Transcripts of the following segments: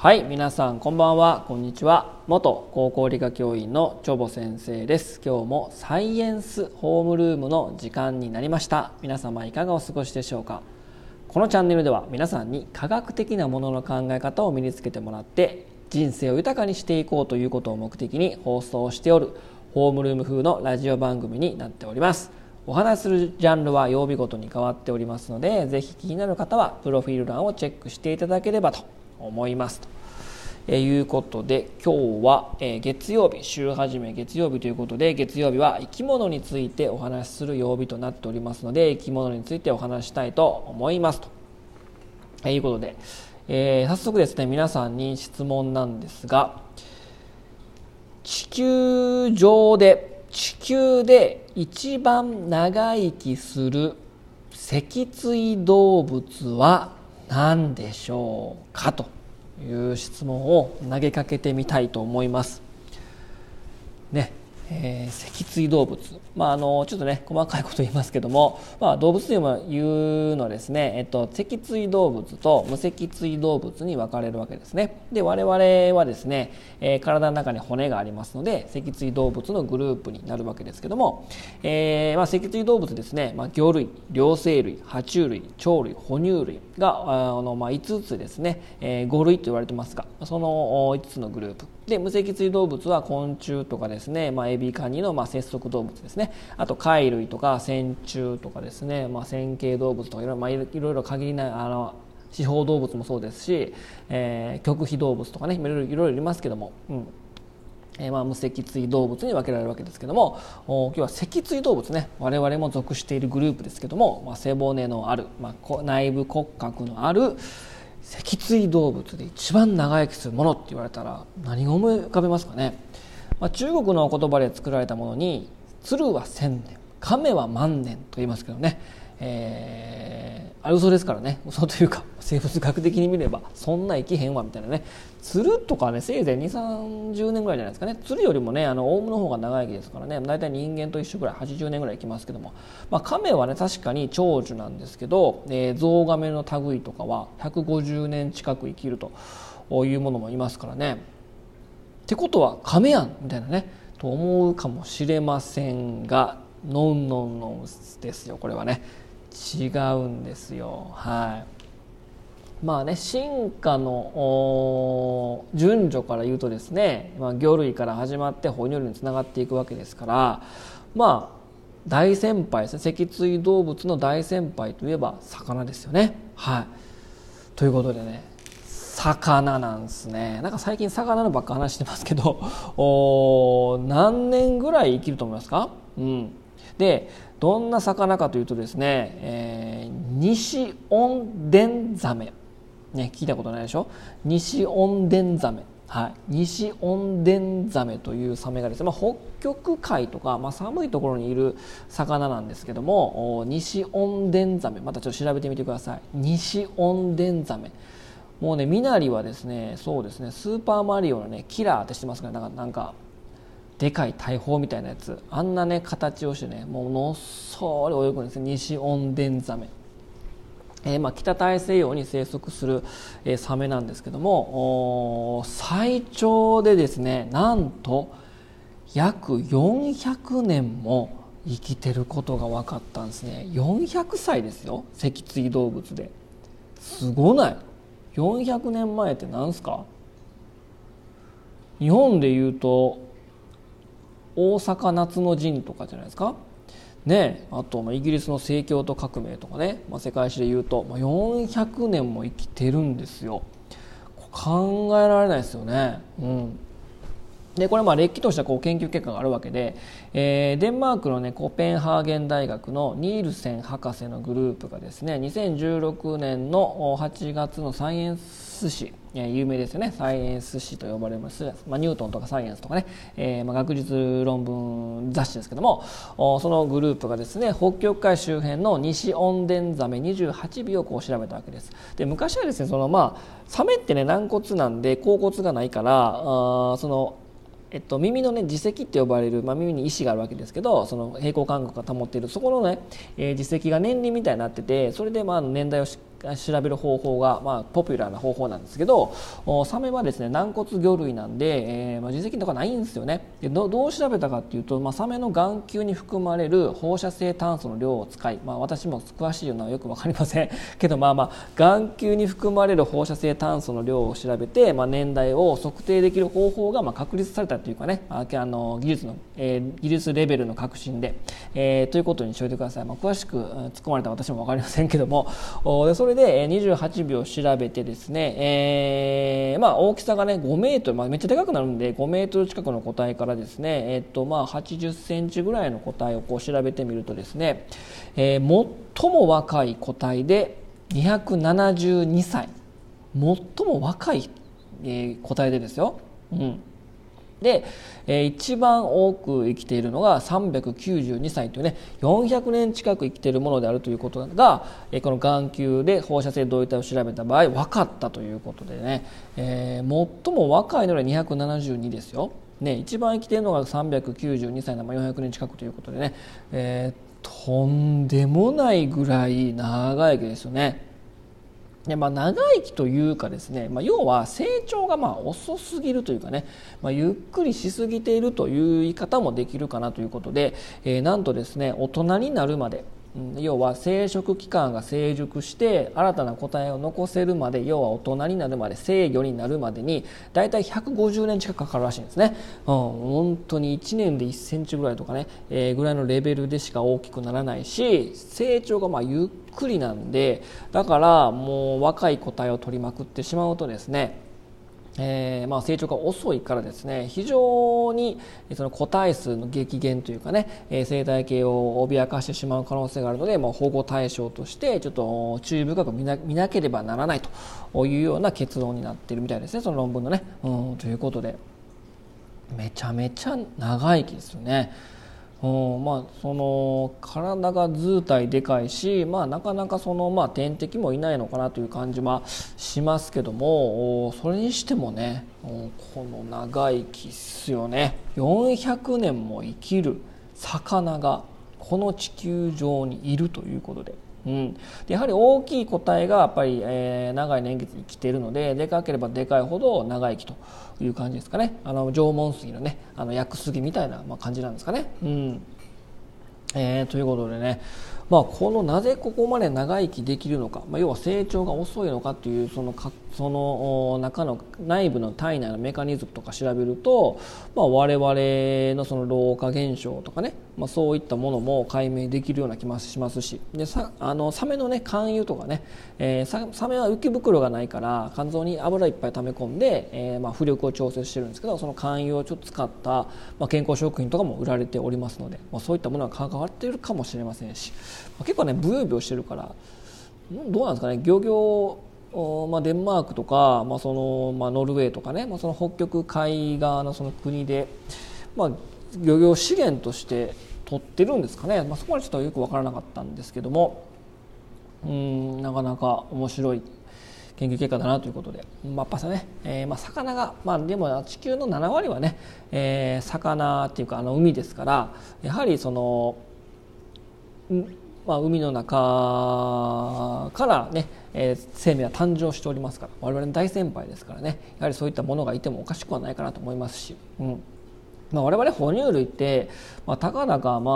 はい、皆さんこんばんは、こんにちは。元高校理科教員のチョボ先生です。今日もサイエンスホームルームの時間になりました。皆様いかがお過ごしでしょうか。このチャンネルでは皆さんに科学的なものの考え方を身につけてもらって人生を豊かにしていこうということを目的に放送しておるホームルーム風のラジオ番組になっております。お話しするジャンルは曜日ごとに変わっておりますので、ぜひ気になる方はプロフィール欄をチェックしていただければと思いますということで、今日は月曜日、週始め月曜日ということで、月曜日は生き物についてお話しする曜日となっておりますので、生き物についてお話したいと思いますということで、早速ですね、皆さんに質問なんですが、地球で一番長生きする脊椎動物は何でしょうかという質問を投げかけてみたいと思いますね。脊椎動物、ちょっとね細かいこと言いますけども、動物というのはですね、脊椎動物と無脊椎動物に分かれるわけですね。で、我々はですね、体の中に骨がありますので脊椎動物のグループになるわけですけども、脊椎動物ですね、魚類、両生類、爬虫類、鳥類、哺乳類が5つですね、5類と言われてますが、その5つのグループで、無脊椎動物は昆虫とかですね、エビカニの節足動物ですね、あと貝類とか線虫とかですね、線形動物とかいろいろ限りない四方動物もそうですし、極秘動物とかね、いろいろいますけども、無脊椎動物に分けられるわけですけども、今日は脊椎動物ね、我々も属しているグループですけども、背骨のある、内部骨格のある脊椎動物で一番長生きするものって言われたら何を思い浮かべますかね。中国の言葉で作られたものに、鶴は千年、亀は万年と言いますけどね、あれ嘘ですからね。嘘というか生物学的に見ればそんな生きへんわみたいなね。鶴とかね、せいぜい2、30年ぐらいじゃないですかね。鶴よりもね、オウムの方が長生きですからね、だいたい人間と一緒ぐらい80年ぐらい生きますけども、亀はね確かに長寿なんですけど、ゾウガメの類とかは150年近く生きるというものもいますからね。ってことは亀やんみたいなねと思うかもしれませんが、ノンノンノンですよ。これはね違うんですよ。進化の順序から言うとですね、魚類から始まって哺乳類につながっていくわけですから、大先輩ですね。脊椎動物の大先輩といえば魚ですよね。ということでね、魚なんですね。なんか最近魚のばっか話してますけど、何年ぐらい生きると思いますか？で、どんな魚かというとですね、ニシオンデンザメ、聞いたことないでしょ。ニシオンデンザメ、ニシオンデンザメというサメがですね、北極海とか、寒いところにいる魚なんですけども、ニシオンデンザメ、またちょっと調べてみてください。ニシオンデンザメ、もうね、身なりはですね、そうですね、スーパーマリオのねキラーって知ってますかね。なんかでかい大砲みたいなやつ、あんなね形をしてね、ものっそり泳ぐんですね、ニシオンデンザメ。北大西洋に生息する、サメなんですけども、最長でですね、なんと約400年も生きてることが分かったんですね。400歳ですよ、脊椎動物で。すごない？ 400 年前って何すか？日本でいうと大阪夏の陣とかじゃないですかね。あとイギリスの正教徒革命とかね、世界史でいうと400年も生きてるんですよ。考えられないですよね。でこれれっきとした研究結果があるわけで、デンマークのコペンハーゲン大学のニールセン博士のグループがですね、2016年の8月のサイエンス誌、有名ですよね、サイエンス誌と呼ばれます、ニュートンとかサイエンスとかね、学術論文雑誌ですけども、そのグループがですね、北極海周辺のニシオンデンザメ28尾を調べたわけです。で昔はですね、サメってね軟骨なんで甲骨がないから、耳の耳石って呼ばれる、耳に石があるわけですけど、その平衡感覚が保っているそこの耳石が年輪みたいになってて、それで年代を調べる方法が、ポピュラーな方法なんですけど、サメはですね軟骨魚類なんで、耳石とかないんですよね。でどう調べたかっていうと、サメの眼球に含まれる放射性炭素の量を使い、私も詳しいのはよく分かりませんけど、眼球に含まれる放射性炭素の量を調べて、年代を測定できる方法が確立されたというかね、技術レベルの革新で、ということにしておいてください。詳しく突っ込まれた私も分かりませんけども、それで28秒調べてですね、大きさがね5メートル、めっちゃでかくなるんで5メートル近くの個体からですね、80センチぐらいの個体をこう調べてみるとですね、最も若い個体で272歳、最も若い、個体でですよ。で、一番多く生きているのが392歳というね、400年近く生きているものであるということが、この眼球で放射性同位体を調べた場合分かったということでね、最も若いのが272ですよ。一番生きているのが392歳の400年近くということでね、とんでもないぐらい長生きですよね。で長生きというかですね、要は成長が遅すぎるというかね、ゆっくりしすぎているという言い方もできるかなということで、なんとですね大人になるまで、要は生殖器官が成熟して新たな個体を残せるまで、要は大人になるまで、成魚になるまでにだいたい150年近くかかるらしいんですね。本当に1年で1センチぐらいとかね、ぐらいのレベルでしか大きくならないし、成長がゆっくりなんで、だからもう若い個体を取りまくってしまうとですね、成長が遅いからですね、非常にその個体数の激減というかね、生態系を脅かしてしまう可能性があるので、保護対象としてちょっと注意深く見なければならないというような結論になっているみたいですね、その論文のね。ということでめちゃめちゃ長生きですよね。その体が図体でかいし、なかなか天敵もいないのかなという感じはしますけども、それにしてもね、この長生きっすよね。400年も生きる魚がこの地球上にいるということで、やはり大きい個体がやっぱり、長い年月生きているので、でかければでかいほど長生きという感じですかね。縄文杉のね屋久杉みたいな感じなんですかね。ということでね、このなぜここまで長生きできるのか、要は成長が遅いのかというその中の内部の体内のメカニズムとか調べると、我々のその老化現象とかね、そういったものも解明できるような気もしますし、でサメのね肝油とかね、サメは浮き袋がないから肝臓に油いっぱい溜め込んで、浮力を調節してるんですけど、その肝油をちょっと使った、健康食品とかも売られておりますので、そういったものが関わっているかもしれませんし、結構ねブヨブヨしてるからどうなんですかね、漁業デンマークとか、ノルウェーとかね、その北極海側のその国で、漁業資源として取ってるんですかね。そこまでちょっとよく分からなかったんですけども、なかなか面白い研究結果だなということで、やっぱね、魚が、でも地球の7割はね、魚っていうか海ですから、やはりその海の中からね、生命は誕生しておりますから、我々の大先輩ですからね、やはりそういったものがいてもおかしくはないかなと思いますし、我々哺乳類って、たかだか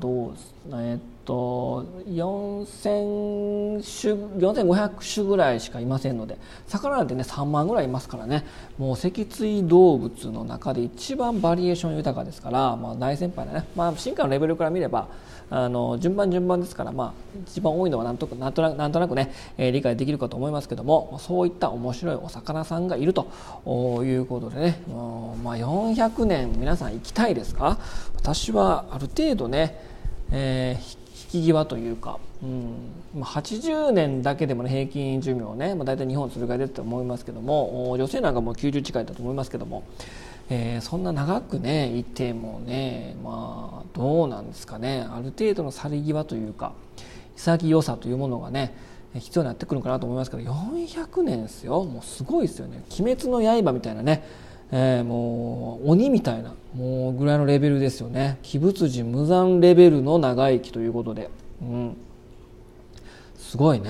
4500種ぐらいしかいませんので、魚なんてね3万ぐらいいますからね、もう脊椎動物の中で一番バリエーション豊かですから、大先輩だね。進化のレベルから見れば順番ですから、一番多いのはなんとなくね、理解できるかと思いますけども、そういった面白いお魚さんがいるということでね、400年皆さん生きたいですか？私はある程度ね、引き際というか、80年だけでも、ね、平均寿命ね、だいたい日本それぐらいでと思いますけども、女性なんかもう90近いだと思いますけども、そんな長くねいてもね、どうなんですかね、ある程度の去り際というか潔さというものがね必要になってくるかなと思いますけど、400年ですよ。もうすごいですよね。鬼滅の刃みたいなね、もう鬼みたいなもうぐらいのレベルですよね。鬼仏人無惨レベルの長生きということで、すごいね。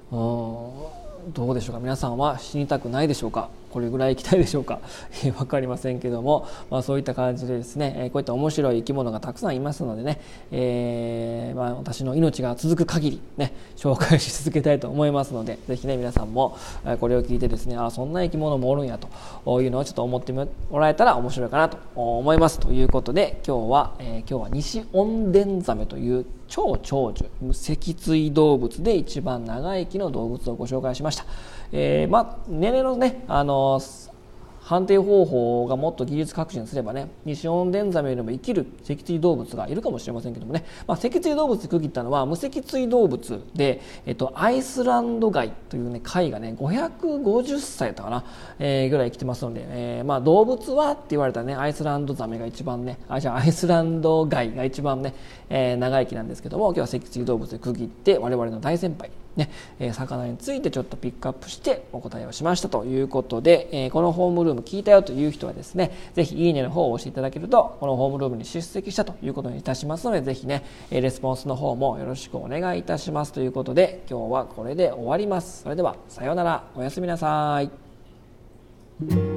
どうでしょうか。皆さんは死にたくないでしょうか。これぐらい行きたいでしょうか。わかりませんけども、そういった感じでですね、こういった面白い生き物がたくさんいますのでね、私の命が続く限りね、紹介し続けたいと思いますので、ぜひね皆さんもこれを聞いてですね、そんな生き物もおるんやというのをちょっと思ってもらえたら面白いかなと思います。ということで今日はニシオンデンザメという超長寿無脊椎動物で一番長生きの動物をご紹介しました。年齢のね判定方法がもっと技術革新すればね、ニシオンデンザメよりも生きる脊椎動物がいるかもしれませんけどもね、脊椎動物で区切ったのは無脊椎動物で、アイスランド貝というね貝がね550歳だったかな、ぐらい生きてますので、動物はって言われたらねアイスランドザメが一番ねアイスランド貝が一番ね、長生きなんですけども、今日は脊椎動物で区切って我々の大先輩ね、魚についてちょっとピックアップしてお答えをしましたということで、このホームルーム聞いたよという人はですね、ぜひいいねの方を押していただけるとこのホームルームに出席したということにいたしますので、ぜひねレスポンスの方もよろしくお願いいたしますということで、今日はこれで終わります。それではさようなら、おやすみなさい。